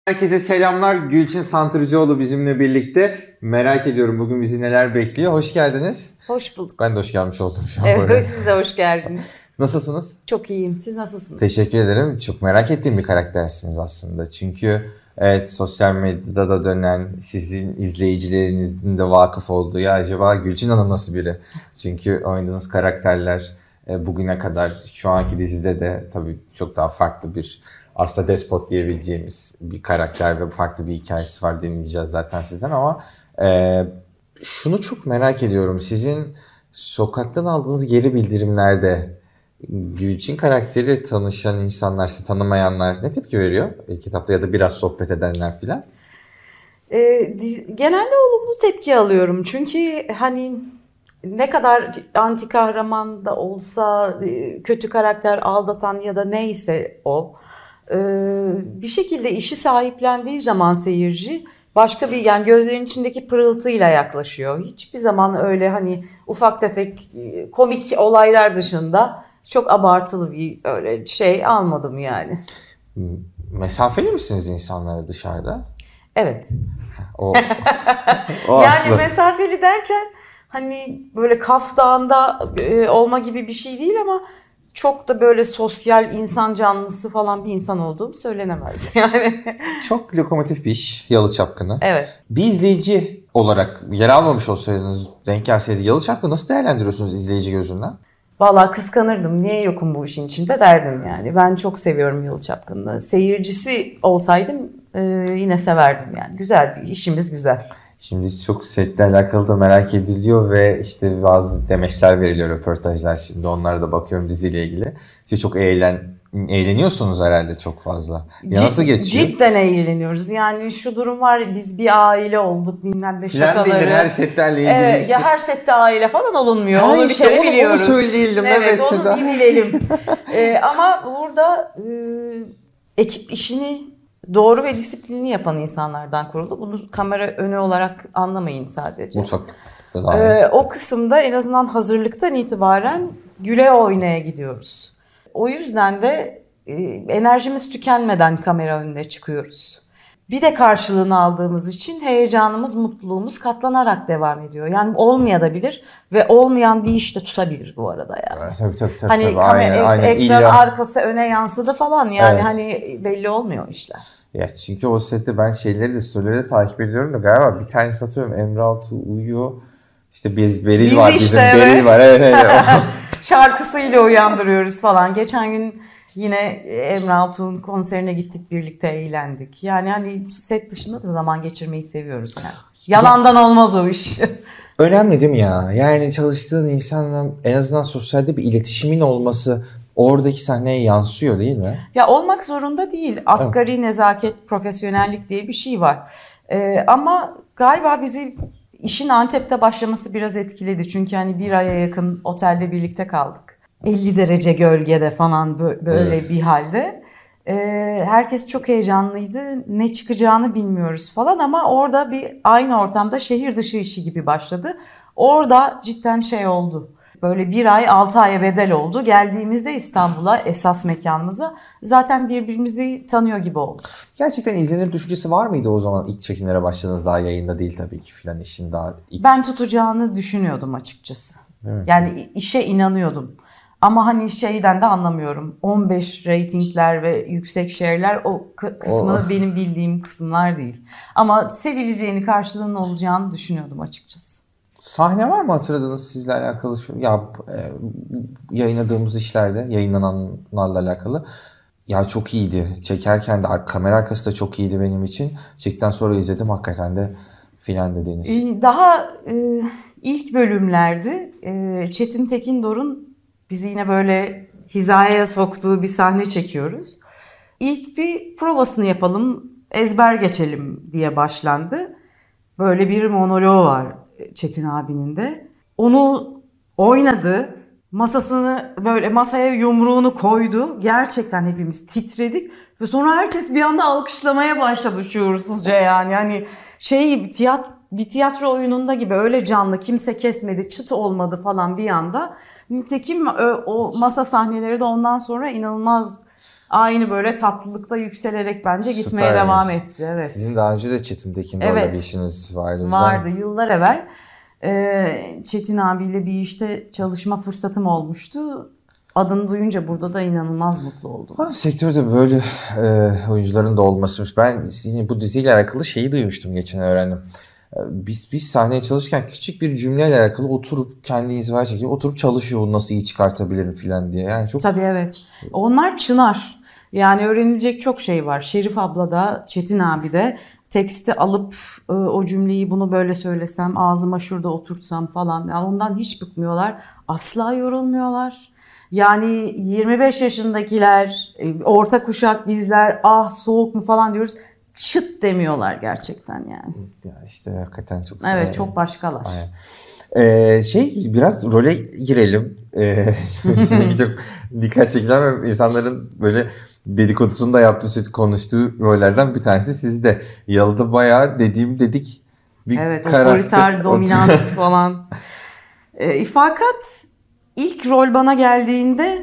Herkese selamlar. Gülçin Santırcıoğlu bizimle birlikte. Merak ediyorum bugün bizi neler bekliyor. Hoş geldiniz. Hoş bulduk. Ben de hoş gelmiş oldum şu an. Evet, siz de hoş geldiniz. Nasılsınız? Çok iyiyim. Siz nasılsınız? Teşekkür ederim. Çok merak ettiğim bir karaktersiniz aslında. Çünkü evet, sosyal medyada da dönen, sizin izleyicilerinizin de vakıf olduğu ya acaba Gülçin Hanım nasıl biri? Çünkü oynadığınız karakterler bugüne kadar şu anki dizide de tabii çok daha farklı bir, aslında despot diyebileceğimiz bir karakter ve farklı bir hikayesi var, dinleyeceğiz zaten sizden ama şunu çok merak ediyorum. Sizin sokaktan aldığınız geri bildirimlerde Gülçin karakteri tanışan insanlar, sizi tanımayanlar ne tepki veriyor? Kitapta ya da biraz sohbet edenler filan. Genelde olumlu tepki alıyorum. Çünkü hani ne kadar anti kahraman da olsa, kötü karakter aldatan ya da neyse o, bir şekilde işi sahiplendiği zaman seyirci başka bir, yani gözlerinin içindeki pırıltıyla yaklaşıyor. Hiçbir zaman öyle hani ufak tefek komik olaylar dışında çok abartılı bir öyle şey almadım yani. Mesafeli misiniz insanlara dışarıda? Evet. O Yani aslında. mesafeli derken hani böyle Kaf Dağı'nda olma gibi bir şey değil ama çok da böyle sosyal insan canlısı falan bir insan olduğum söylenemez yani. Çok lokomotif bir iş Yalı Çapkını. Evet. Bir izleyici olarak yer almamış olsaydınız, denk gelseydi Yalı Çapkını nasıl değerlendiriyorsunuz izleyici gözünden? Vallahi kıskanırdım. Niye yokum bu işin içinde derdim yani. Ben çok seviyorum Yalı Çapkını'nı. Seyircisi olsaydım yine severdim yani. Güzel bir işimiz, güzel. Şimdi çok setle alakalı da merak ediliyor ve işte bazı demeçler veriliyor, röportajlar, şimdi onlara da bakıyorum diziyle ilgili. Siz çok eğleniyorsunuz herhalde çok fazla. Ya nasıl geçiyor? Cidden eğleniyoruz. Yani şu durum var, biz bir aile olduk bilmem ne şakaları. Her setlerle ilgili Evet, işte. ya her sette aile falan olunmuyor. Ha, onu bir işte kere onu biliyoruz. söyleyelim. Evet, onu da. bir bilelim. Ama burada ekip işini doğru ve disiplinli yapan insanlardan kuruldu. Bunu kamera önü olarak anlamayın sadece. Mutfakta da O kısımda en azından hazırlıktan itibaren güle oynaya gidiyoruz. O yüzden de enerjimiz tükenmeden kamera önüne çıkıyoruz. Bir de karşılığını aldığımız için heyecanımız, mutluluğumuz katlanarak devam ediyor. Yani olmayabilir ve olmayan bir iş de tutabilir bu arada yani. Tabii. Hani Aynen. ekran arkası öne yansıdı falan yani Evet. hani belli olmuyor işler. Ya çünkü o sette ben şeyleri de, storyleri de takip ediyorum da galiba bir tanesi atıyorum, Emre Altuğ uyuyor. İşte Beril var, işte, bizim evet. Beril var. Evet. Şarkısıyla uyandırıyoruz falan. Geçen gün yine Emre Altuğ'un konserine gittik, birlikte eğlendik. Yani hani set dışında da zaman geçirmeyi seviyoruz yani. Yalandan olmaz o iş. Önemli değil mi ya? Yani çalıştığın insanla en azından sosyalde bir iletişimin olması oradaki sahneye yansıyor değil mi? Ya olmak zorunda değil. Asgari nezaket, profesyonellik diye bir şey var. Ama galiba bizi işin Antep'te başlaması biraz etkiledi. Çünkü hani bir aya yakın otelde birlikte kaldık. 50 derece gölgede falan böyle bir halde. Herkes çok heyecanlıydı. Ne çıkacağını bilmiyoruz falan ama orada bir aynı ortamda şehir dışı işi gibi başladı. Orada cidden şey oldu. Böyle bir ay 6 aya bedel oldu. Geldiğimizde İstanbul'a, esas mekanımıza zaten birbirimizi tanıyor gibi olduk. Gerçekten izlenir düşüncesi var mıydı o zaman ilk çekimlere başladığınız, daha yayında değil tabii ki filan, işin daha ilk... Ben tutacağını düşünüyordum açıkçası. Evet. Yani işe inanıyordum. Ama hani şeyden de anlamıyorum. 15 reytingler ve yüksek share'ler o kısmını benim bildiğim kısımlar değil. Ama sevileceğini, karşılığının olacağını düşünüyordum açıkçası. Sahne var mı hatırladığınız sizle alakalı yayınladığımız işlerde, yayınlananlarla alakalı? Ya çok iyiydi. Çekerken de kamera arkası da çok iyiydi benim için. Çektikten sonra izledim, hakikaten de filan dediğiniz. Daha ilk bölümlerdi. Çetin Tekindor'un bizi yine böyle hizaya soktuğu bir sahne çekiyoruz. İlk bir provasını yapalım, ezber geçelim diye başlandı. Böyle bir monoloğu var Çetin abinin de. Onu oynadı. Masaya yumruğunu koydu. Gerçekten hepimiz titredik. Ve sonra herkes bir anda alkışlamaya başladı şuursuzca yani. Yani bir tiyatro oyununda gibi öyle canlı, kimse kesmedi, çıt olmadı falan bir anda. Nitekim o masa sahneleri de ondan sonra inanılmaz aynı böyle tatlılıkta yükselerek bence gitmeye Süpermiş. devam etti. Evet. Sizin daha önce de Çetin Tekin'le öyle bir işiniz vardı. Vardı yıllar evvel. Çetin abiyle bir işte çalışma fırsatım olmuştu. Adını duyunca burada da inanılmaz mutlu oldum. Sektörde böyle oyuncuların da olması. Ben bu diziyle alakalı şeyi duymuştum, geçen öğrendim. Biz sahneye çalışırken küçük bir cümleyle alakalı oturup kendi inziva çekip oturup çalışıyor, bunu nasıl iyi çıkartabilirim falan diye. Yani çok... Tabii evet. Onlar çınar. Yani öğrenilecek çok şey var. Şerif abla da Çetin abi de teksti alıp o cümleyi bunu böyle söylesem, ağzıma şurada oturtsam falan. Yani ondan hiç bıkmıyorlar. Asla yorulmuyorlar. Yani 25 yaşındakiler, orta kuşak bizler, ah soğuk mu falan diyoruz. Çıt demiyorlar gerçekten yani. Ya işte hakikaten çok... Evet, çok başkalar. Aynen. Biraz role girelim. Çok dikkat çekilen ve insanların böyle dedikodusunu da yaptığı, konuştuğu rollerden bir tanesi sizde. Yalı'da bayağı dedik bir evet, karakter. Otoriter, dominant falan. İfakat ilk rol bana geldiğinde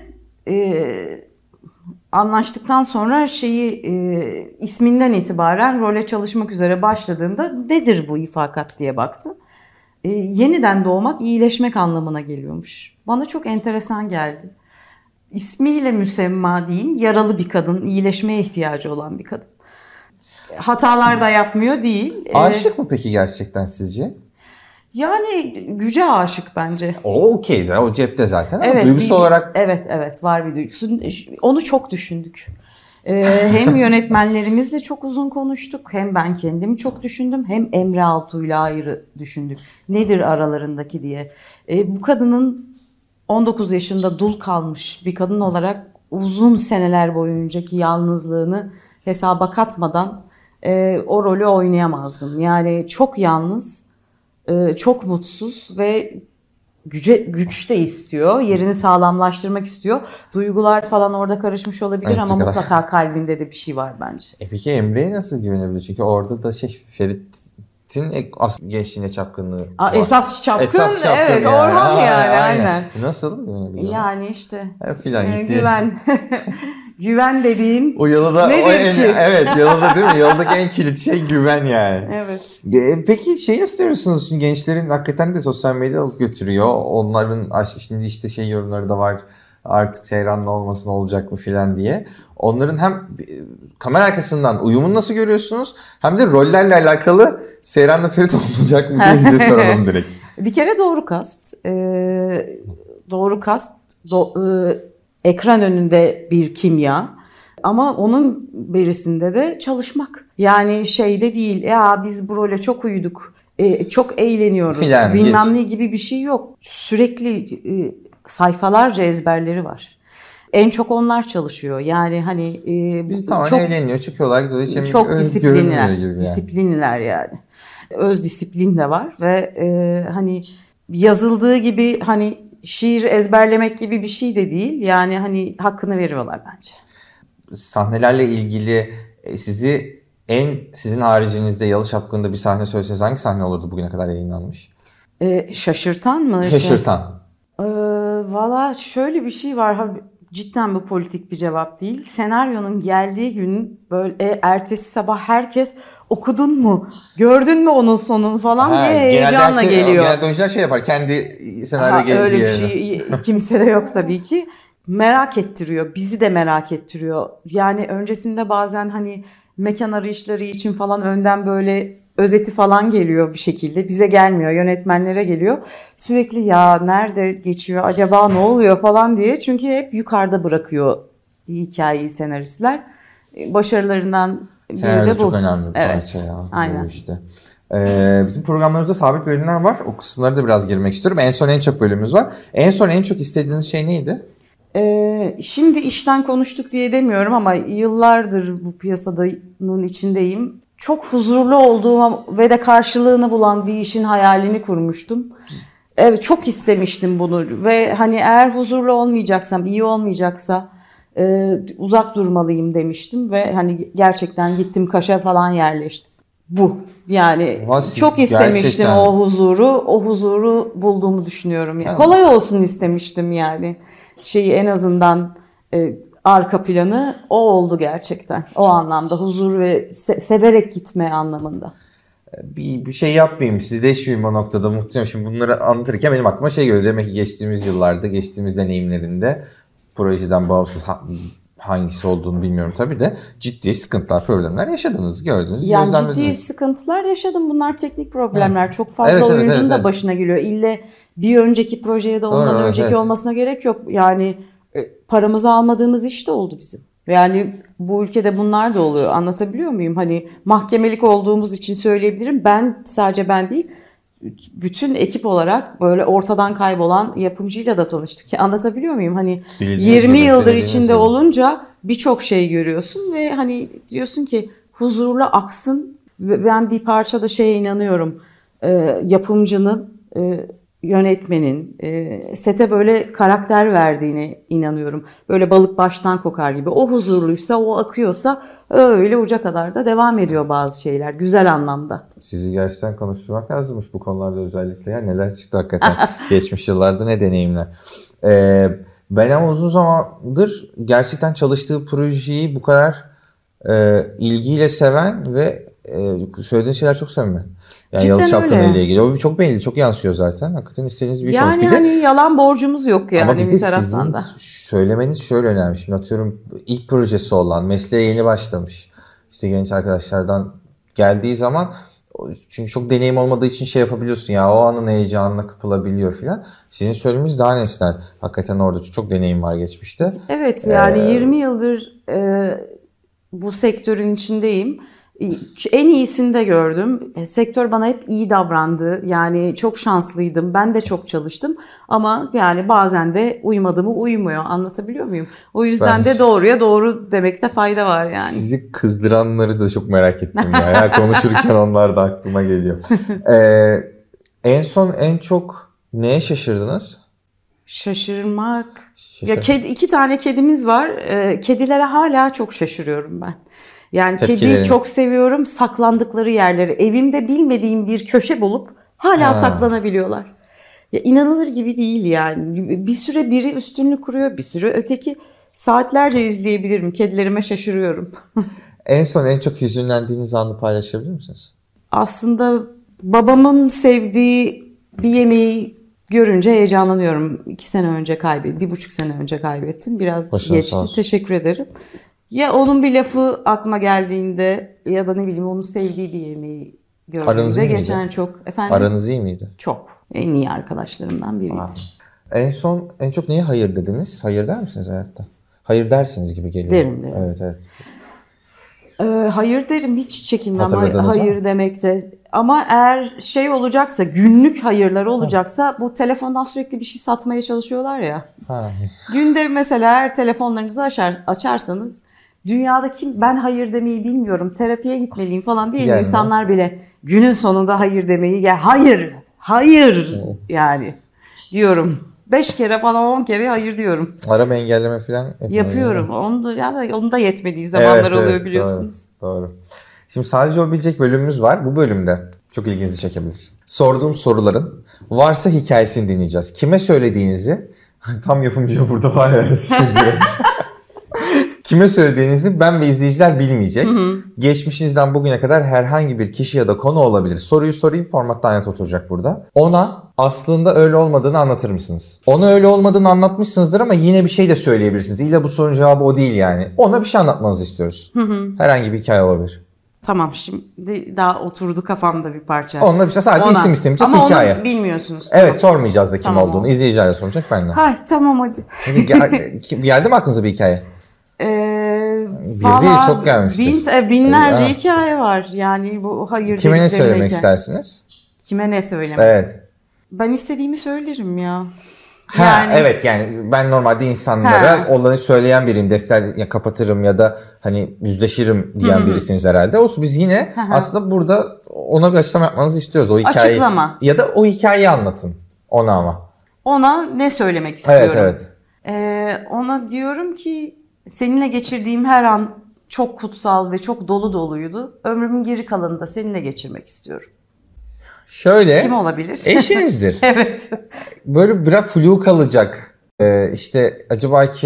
anlaştıktan sonra isminden itibaren role çalışmak üzere başladığımda nedir bu ifakat diye baktım. Yeniden doğmak, iyileşmek anlamına geliyormuş. Bana çok enteresan geldi. İsmiyle müsemma diyeyim, yaralı bir kadın, iyileşmeye ihtiyacı olan bir kadın. Hatalar da yapmıyor değil. Aşık mı peki gerçekten sizce? Yani güce aşık bence. O okey zaten, o cepte zaten ama evet, duygusal olarak... Evet var bir duygusu. Onu çok düşündük. Hem yönetmenlerimizle çok uzun konuştuk, hem ben kendimi çok düşündüm, hem Emre Altuğ'yla ayrı düşündük. Nedir aralarındaki diye. Bu kadının 19 yaşında dul kalmış bir kadın olarak uzun seneler boyuncaki yalnızlığını hesaba katmadan o rolü oynayamazdım. Yani çok yalnız, çok mutsuz ve güç de istiyor. Yerini sağlamlaştırmak istiyor. Duygular falan orada karışmış olabilir, evet, ama mutlaka kalbinde de bir şey var bence. Peki Emre'ye nasıl güvenebilir? Çünkü orada da Ferit'in gençliğine çapkınlığı var. Esas çapkın evet, yani. Orhan yani aynen. Nasıl güvenebilir? Yani işte güven. Güven dediğin o Yalı'da, nedir ki? Evet, Yalı'da değil mi? Yalı'daki en kilit şey güven yani. Evet. Peki istiyorsunuz, gençlerin hakikaten de sosyal medya alıp götürüyor. Onların şimdi işte yorumları da var. Artık Seyran'la olmasın, olacak mı filan diye. Onların hem kamera arkasından uyumunu nasıl görüyorsunuz, hem de rollerle alakalı Seyran'la Ferit olacak mı diye size soralım direkt. Bir kere doğru kast. Doğru kast. Ekran önünde bir kimya. Ama onun berisinde de çalışmak. Yani şeyde değil, ya biz bu role çok uyuduk, çok eğleniyoruz, bilmem ne gibi bir şey yok. Sürekli sayfalarca ezberleri var. En çok onlar çalışıyor. Yani hani biz tamamen eğleniyor, çıkıyorlar, gidiyorlar. Çok disiplinliler yani. Öz disiplin de var ve hani yazıldığı gibi hani şiir ezberlemek gibi bir şey de değil. Yani hani hakkını veriyorlar bence. Sahnelerle ilgili sizin haricinizde Yalı Çapkını'nda bir sahne söyleseniz hangi sahne olurdu bugüne kadar yayınlanmış? Şaşırtan mı? Şaşırtan. Valla şöyle bir şey var. Cidden bu politik bir cevap değil. Senaryonun geldiği gün böyle ertesi sabah herkes okudun mu? Gördün mü onun sonunu falan diye heyecanla geliyor. Genelde oyuncular yapar. Kendi senaryo gelince öyle bir şey kimse de yok tabii ki. Merak ettiriyor. Bizi de merak ettiriyor. Yani öncesinde bazen hani mekan arayışları için falan önden böyle özeti falan geliyor bir şekilde. Bize gelmiyor, yönetmenlere geliyor. Sürekli ya nerede geçiyor, acaba ne oluyor falan diye. Çünkü hep yukarıda bırakıyor hikayeyi senaristler. Başarılarından biri de bu. Çok önemli bir parça ya. Aynen. Bu işte. Bizim programlarımızda sabit bölümler var. O kısımlara da biraz girmek istiyorum. En son en çok bölümümüz var. En son en çok istediğiniz şey neydi? Şimdi işten konuştuk diye demiyorum ama yıllardır bu piyasanın içindeyim. Çok huzurlu olduğum ve de karşılığını bulan bir işin hayalini kurmuştum. Evet, çok istemiştim bunu ve hani eğer huzurlu olmayacaksam, iyi olmayacaksa uzak durmalıyım demiştim ve hani gerçekten gittim, Kaş'a falan yerleştim. Bu yani çok istemiştim gerçekten. O huzuru bulduğumu düşünüyorum. Yani. Kolay olsun istemiştim yani. En azından arka planı o oldu gerçekten. O anlamda huzur ve severek gitme anlamında. Bir şey yapmayayım, sizi değişmeyeyim o noktada muhtemelen. Şimdi bunları anlatırken benim aklıma şey geliyor. Demek ki geçtiğimiz yıllarda, geçtiğimiz deneyimlerinde projeden bağımsız hangisi olduğunu bilmiyorum tabii de ciddi sıkıntılar, problemler yaşadınız, gördünüz. Yani ciddi sıkıntılar yaşadım. Bunlar teknik problemler. Çok fazla evet, oyuncunun da evet. başına geliyor. İlle bir önceki projeye de ondan önceki olmasına gerek yok. Yani paramızı almadığımız iş de oldu bizim. Yani bu ülkede bunlar da oluyor. Anlatabiliyor muyum? Hani mahkemelik olduğumuz için söyleyebilirim. Sadece ben değil, bütün ekip olarak böyle ortadan kaybolan yapımcıyla da tanıştık. Anlatabiliyor muyum? Hani 20 yıldır içinde olunca birçok şey görüyorsun ve hani diyorsun ki huzurla aksın. Ben bir parçada şeye inanıyorum. Yapımcının, yönetmenin sete böyle karakter verdiğine inanıyorum. Böyle balık baştan kokar gibi. O huzurluysa, o akıyorsa öyle uca kadar da devam ediyor bazı şeyler. Güzel anlamda. Sizi gerçekten konuşturmak lazımmış bu konularda özellikle. Ya neler çıktı hakikaten geçmiş yıllarda, ne deneyimler. Ben ama uzun zamandır gerçekten çalıştığı projeyi bu kadar ilgiyle seven ve söylediğin şeyler çok samimi. Yani Yalı Çapkını ile ilgili. O çok belli, çok yansıyor zaten. Hakikaten istediğiniz bir iş olmuş. Yani hani yalan borcumuz yok yani ama bir de taraftan da. Sizin söylemeniz şöyle önemli. Şimdi atıyorum ilk projesi olan, mesleğe yeni başlamış, işte genç arkadaşlardan geldiği zaman, çünkü çok deneyim olmadığı için şey yapabiliyorsun ya, o anın heyecanına kapılabiliyor filan. Sizin söylemeniz daha nesnel. Hakikaten orada çok deneyim var geçmişte. Evet yani 20 yıldır bu sektörün içindeyim. En iyisini de gördüm. Sektör bana hep iyi davrandı. Yani çok şanslıydım. Ben de çok çalıştım. Ama yani bazen de uymadı mı uymuyor. Anlatabiliyor muyum? O yüzden de doğruya doğru demekte fayda var yani. Sizi kızdıranları da çok merak ettim ya. Ya konuşurken onlar da aklıma geliyor. En son en çok neye şaşırdınız? Şaşırmak. Ya 2 tane kedimiz var. Kedilere hala çok şaşırıyorum ben. Yani kediyi çok seviyorum. Saklandıkları yerleri, evimde bilmediğim bir köşe bulup hala saklanabiliyorlar. Ya inanılır gibi değil yani. Bir süre biri üstünlük kuruyor, bir süre öteki. Saatlerce izleyebilirim. Kedilerime şaşırıyorum. En son en çok hüzünlendiğiniz anı paylaşabilir misiniz? Aslında babamın sevdiği bir yemeği görünce heyecanlanıyorum. 2 sene önce kaybettim. 1,5 sene önce kaybettim. Biraz geçti. Teşekkür ederim. Ya onun bir lafı aklıma geldiğinde ya da ne bileyim onun sevdiği bir yemeği gördüğümde geçen çok. Efendim? Aranız iyi miydi? Çok. En iyi arkadaşlarımdan biriydi. En son en çok neye hayır dediniz? Hayır der misiniz hayatta? Hayır dersiniz gibi geliyor. Derim. Evet. Hayır derim, hiç çekinmem hayır demekte. Ama eğer şey olacaksa, günlük hayırlar olacaksa, bu telefondan sürekli bir şey satmaya çalışıyorlar ya. Günde mesela eğer telefonlarınızı açarsanız, dünyada ben hayır demeyi bilmiyorum, terapiye gitmeliyim falan diye insanlar bile günün sonunda hayır demeyi hayır yani diyorum. 5 kere falan 10 kere hayır diyorum. Arama engelleme falan yapıyorum. Onu da yetmediği zamanlar oluyor biliyorsunuz. Doğru. Şimdi sadece o bilecek bölümümüz var. Bu bölümde çok ilginizi çekebilir. Sorduğum soruların varsa hikayesini dinleyeceğiz. Kime söylediğinizi, tam yapımcı burada var ya şimdi. Kime söylediğinizi ben ve izleyiciler bilmeyecek. Geçmişinizden bugüne kadar herhangi bir kişi ya da konu olabilir. Soruyu sorayım, formattan net oturacak burada. Ona aslında öyle olmadığını anlatır mısınız? Ona öyle olmadığını anlatmışsınızdır ama yine bir şey de söyleyebilirsiniz. İlla bu sorunun cevabı o değil yani. Ona bir şey anlatmanızı istiyoruz. Herhangi bir hikaye olabilir. Tamam, şimdi daha oturdu kafamda bir parça. Onunla bir şey, sadece isim istemeyeceğiz, ama hikaye. Ama onu bilmiyorsunuz. Evet, sormayacağız da kim olduğunu. İzleyiciler de soracak, ben de. Tamam hadi. Geldi mi aklınıza bir hikaye? Bir değil, çok gelmiştir. Binlerce hikaye var. Yani bu hayır. Kime ne söylemek istersiniz? Kime ne söylemek? Evet. Ben istediğimi söylerim ya. Evet yani ben normalde insanlara olanı söyleyen biriyim. Defter kapatırım ya da hani yüzleşirim diyen birisiniz herhalde. Olsun, biz yine aslında burada ona bir açıklama yapmanızı istiyoruz. O hikayeyi, açıklama. Ya da o hikayeyi anlatın ona ama. Ona ne söylemek istiyorum? Evet. Ona diyorum ki seninle geçirdiğim her an çok kutsal ve çok dolu doluydu. Ömrümün geri kalanını da seninle geçirmek istiyorum. Şöyle. Kim olabilir? Eşinizdir. Evet. Böyle biraz flu kalacak. İşte acaba kim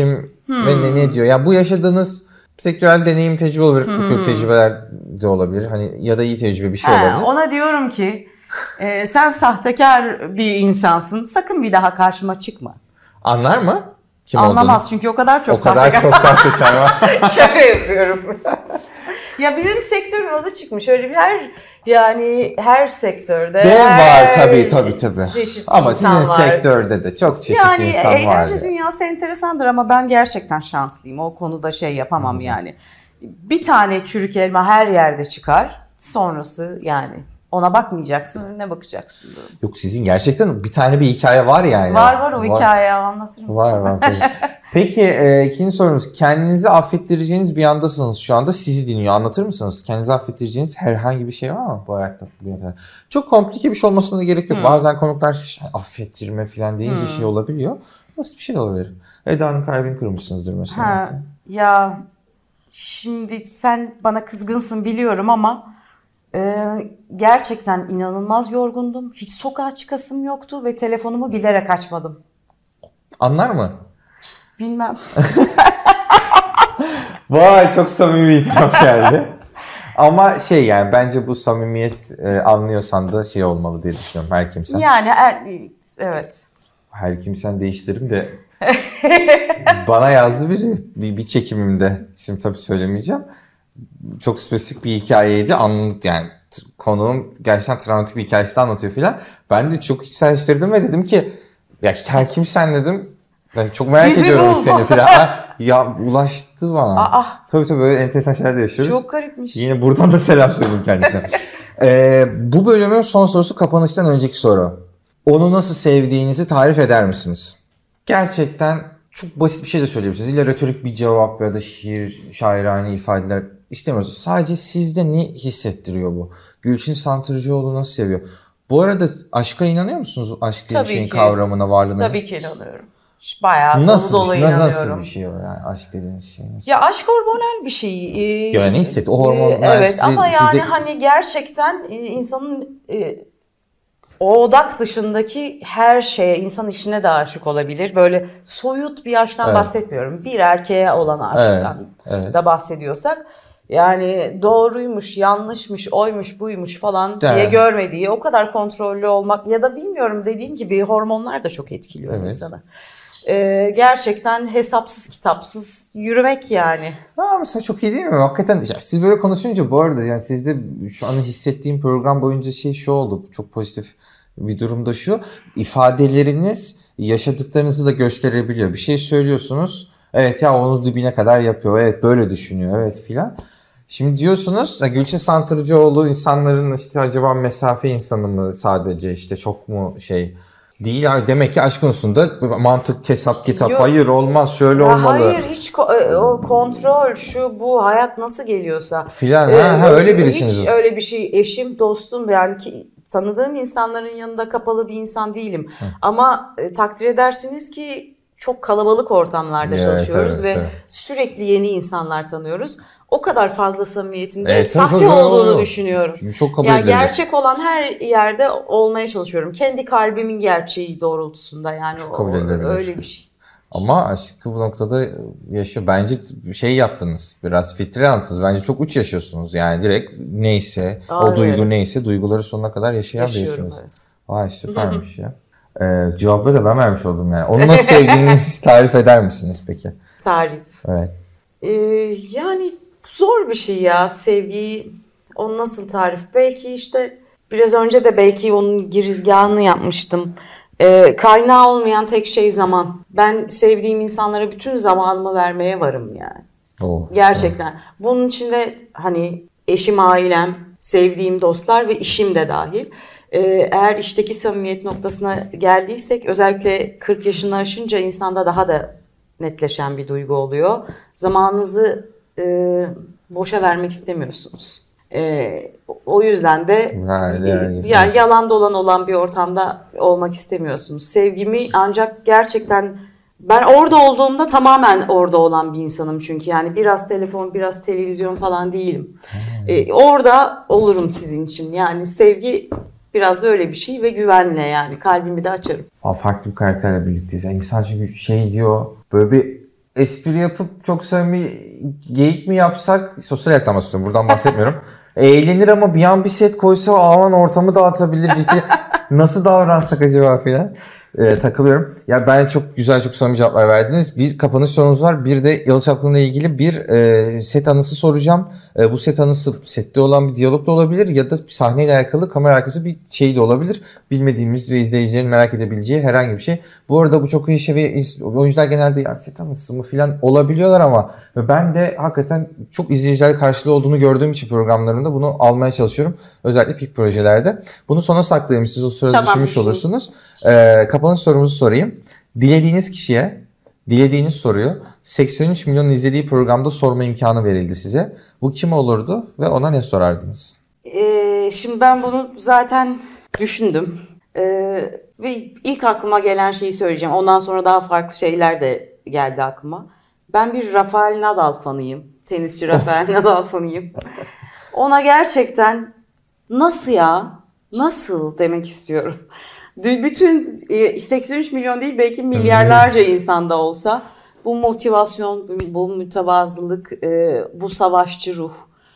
Ve ne diyor? Ya bu yaşadığınız sektörel deneyim tecrübe olabilir. Kötü tecrübeler de olabilir. Hani ya da iyi tecrübe bir şey olabilir. Ona diyorum ki sen sahtekar bir insansın. Sakın bir daha karşıma çıkma. Anlar mı? Kim Anlamaz olduğunu? çünkü o kadar çok sahtekar var. Şaka yapıyorum. Ya bizim sektörün adı çıkmış. Öyle bir her sektörde. Var tabii. Ama sizin var. sektörde de çok çeşitli insan var. Eğlence dünyası enteresandır ama ben gerçekten şanslıyım. O konuda yapamam yani. Bir tane çürük elma her yerde çıkar. Sonrası ona bakmayacaksın, önüne bakacaksın. Böyle. Yok sizin gerçekten bir tane bir hikaye var yani. Var o hikayeyi anlatırım. Var. Peki ikinci sorumuz. Kendinizi affettireceğiniz bir andasınız şu anda. Sizi dinliyor. Anlatır mısınız? Kendinizi affettireceğiniz herhangi bir şey var mı bu hayatta? Çok komplike bir şey olmasına da gerek yok. Bazen konuklar affettirme falan deyince şey olabiliyor. Basit bir şey de olabilir. Eda'nın kalbini kırmışsınızdır mesela. Ya şimdi sen bana kızgınsın biliyorum ama gerçekten inanılmaz yorgundum. Hiç sokağa çıkasım yoktu ve telefonumu bilerek açmadım. Anlar mı? Bilmem. Vay çok samimi bir itiraf geldi. Ama bence bu samimiyet anlıyorsan da olmalı diye düşünüyorum her kimsen. Evet. Her kimsen değiştiririm de bana yazdı biri bir çekimimde. Şimdi tabii söylemeyeceğim. Çok spesifik bir hikayeydi. Konuğum gerçekten travmatik bir hikayesini anlatıyor filan. Ben de çok içselleştirdim ve dedim ki ya her kimsen dedim. Ben çok merak ediyorum seni filan. Ya ulaştı bana. Tabii böyle enteresan şeyler de yaşıyoruz. Çok garipmiş. Yine buradan da selam söyleyeyim kendisine. Bu bölümün son sorusu kapanıştan önceki soru. Onu nasıl sevdiğinizi tarif eder misiniz? Gerçekten çok basit bir şey de söyleyebilirsiniz. İlla retorik bir cevap ya da şairane ifadeler istemiyoruz. Sadece sizde ne hissettiriyor bu? Gülçin Santırcıoğlu nasıl seviyor? Bu arada aşka inanıyor musunuz? Aşk diye bir şeyin kavramına, varlığına. Tabii ki inanıyorum. Bayağı dolu inanıyorum. Nasıl bir şey o yani aşk dediğiniz şey? Ya aşk hormonal bir şey. Yani ne hissetti? O hormonlar evet ama gerçekten insanın o odak dışındaki her şeye, insan işine de aşık olabilir. Böyle soyut bir aşktan bahsetmiyorum. Bir erkeğe olan aşktan da bahsediyorsak. Yani doğruymuş, yanlışmış, oymuş, buymuş falan diye görmediği, o kadar kontrollü olmak ya da bilmiyorum, dediğim gibi hormonlar da çok etkiliyor insanı. Gerçekten hesapsız kitapsız yürümek yani. Mesela çok iyi değil mi? Hakikaten siz böyle konuşunca bu arada sizde şu an hissettiğim program boyunca şu oldu. Çok pozitif bir durumda şu. İfadeleriniz yaşadıklarınızı da gösterebiliyor. Bir şey söylüyorsunuz. Evet onu dibine kadar yapıyor. Evet böyle düşünüyor. Evet filan. Şimdi diyorsunuz Gülçin Santırcıoğlu insanların acaba mesafe insanı mı sadece çok mu değil ya, demek ki aşk konusunda mantık, hesap, kitap. Yok. Hayır olmaz, şöyle olmalı. Hayır, hiç o kontrol, şu bu hayat nasıl geliyorsa. Filan öyle birisiniz. Hiç öyle bir şey, eşim, dostum yani ki tanıdığım insanların yanında kapalı bir insan değilim. Ama takdir edersiniz ki çok kalabalık ortamlarda çalışıyoruz ve sürekli yeni insanlar tanıyoruz. O kadar fazla samimiyetinde sahte olduğunu düşünüyorum. Çok kabul yani gerçek olan her yerde olmaya çalışıyorum. Kendi kalbimin gerçeği doğrultusunda yani öyle bir şey. Ama aşkı bu noktada yaşıyor. Bence yaptınız. Biraz fitri anlattınız. Bence çok uç yaşıyorsunuz. Yani direkt neyse, o duygu neyse duyguları sonuna kadar yaşayan birisiniz. Evet. Vay süpermiş ya. Cevapları da ben vermiş oldum yani. Onu nasıl sevdiğinizi tarif eder misiniz peki? Tarif. Evet. Yani zor bir şey ya sevgiyi. Onu nasıl tarif? Belki biraz önce de belki onun girizgahını yapmıştım. Kaynağı olmayan tek şey zaman. Ben sevdiğim insanlara bütün zamanımı vermeye varım yani. Gerçekten. Bunun içinde eşim, ailem, sevdiğim dostlar ve işim de dahil. Eğer işteki samimiyet noktasına geldiysek, özellikle 40 yaşını aşınca insanda daha da netleşen bir duygu oluyor. Zamanınızı boşa vermek istemiyorsunuz. O yüzden de yalan dolan olan bir ortamda olmak istemiyorsunuz. Sevgimi ancak gerçekten ben orada olduğumda tamamen orada olan bir insanım çünkü yani biraz telefon, biraz televizyon falan değilim. Orada olurum sizin için. Yani sevgi biraz da öyle bir şey ve güvenle yani kalbimi de açarım. Farklı bir karakterle birlikteyiz. Yani insan çünkü diyor böyle bir espri yapıp çok samimi geyik mi yapsak, sosyal hayattan bahsediyorum, buradan bahsetmiyorum. Eğlenir ama bir an bir set koysa aman ortamı dağıtabilir, ciddi nasıl davransak acaba filan. Takılıyorum. Ya ben çok güzel, çok samimi cevaplar verdiniz. Bir kapanış sorunuz var. Bir de Yalı Çapkını'yla ilgili bir set anısı soracağım. Bu set anısı sette olan bir diyalog da olabilir ya da sahneyle alakalı kamera arkası bir şey de olabilir. Bilmediğimiz ve izleyicilerin merak edebileceği herhangi bir şey. Bu arada bu çok iyi şey ve oyuncular genelde ya set anısı mı filan olabiliyorlar ama ben de hakikaten çok izleyiciler karşılığı olduğunu gördüğüm için programlarımda bunu almaya çalışıyorum. Özellikle peak projelerde. Bunu sona saklayayım. Siz o sırada düşünmüş olursunuz. Kapanış sorumuzu sorayım. Dilediğiniz kişiye dilediğiniz soruyu 83 milyon izlediği programda sorma imkanı verildi size. Bu kim olurdu ve ona ne sorardınız? Şimdi ben bunu zaten düşündüm. Ve ilk aklıma gelen şeyi söyleyeceğim. Ondan sonra daha farklı şeyler de geldi aklıma. Ben bir Rafael Nadal fanıyım. Tenisçi Rafael Nadal fanıyım. Ona gerçekten nasıl ya? Nasıl demek istiyorum. Bütün 83 milyon değil belki milyarlarca insanda olsa bu motivasyon, bu mütevazılık, bu savaşçı ruh,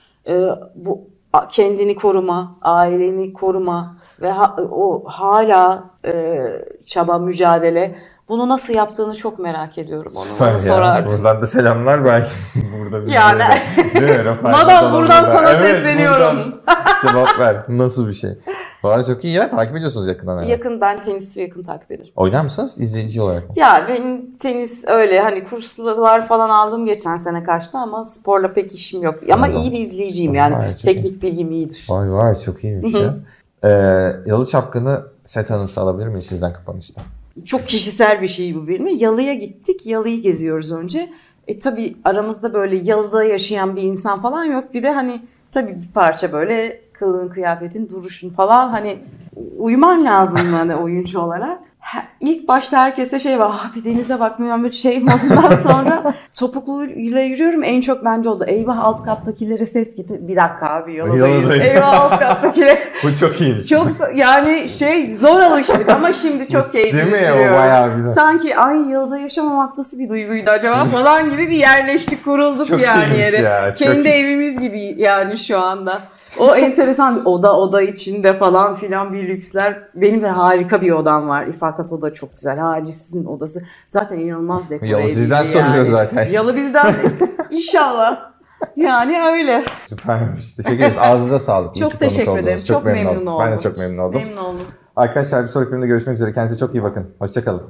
bu kendini koruma, aileni koruma ve o hala çaba, mücadele. Bunu nasıl yaptığını çok merak ediyorum. Onu sorardım. Buradan da selamlar belki. Burada bir yani. Nadal buradan sana sesleniyorum. Buradan cevap ver. Nasıl bir şey? Valla çok iyi ya. Takip ediyorsunuz yakından. Yani. Yakın, ben tenisi yakın takip ederim. Oynar mısınız izleyici olarak? Ya benim tenis öyle hani kurslar falan aldım geçen sene kaçtı ama sporla pek işim yok. Ama iyi bir izleyiciyim yani. Vay, teknik bilgim iyidir. Vay çok iyiymiş ya. Yalı Çapkını set anısı alabilir miyiz sizden kapanışta? Çok kişisel bir şey bu benim. Yalı'ya gittik. Yalı'yı geziyoruz önce. Tabii aramızda böyle Yalı'da yaşayan bir insan falan yok. Bir de hani tabii bir parça böyle kılığın, kıyafetin, duruşun falan hani uyuman lazım hani oyuncu olarak. İlk başta herkeste şey var. Abi denize bakmıyorum bir şey modundan sonra topukluyla yürüyorum. En çok bence oldu. Eyvah alt kattakilere ses gitti. Bir dakika abi Yalı'dayız. Eyvah alt kattakilere. Bu çok iyiymiş. Çok yani zor alıştık ama şimdi çok keyifli sürüyor. Bayağı güzel. Sanki Yalı'da yaşamamak nasıl bir duyguydu acaba falan gibi bir yerleştik, kurulduk çok yani yere. Ya, kendi evimiz gibi yani şu anda. O enteresan bir oda içinde falan filan bir lüksler. Benim de harika bir odam var. İfakat oda çok güzel. Sizin odası zaten inanılmaz dekore edildi. Yalı sizden soruyor zaten. Yalı bizden inşallah. Yani öyle. Süpermiş. Teşekkür ederiz. Ağzınıza sağlık. Çok teşekkür ederim. Çok memnun oldum. Ben de çok memnun oldum. Memnun oldum. Arkadaşlar bir sonraki bölümde görüşmek üzere. Kendinize çok iyi bakın. Hoşça kalın.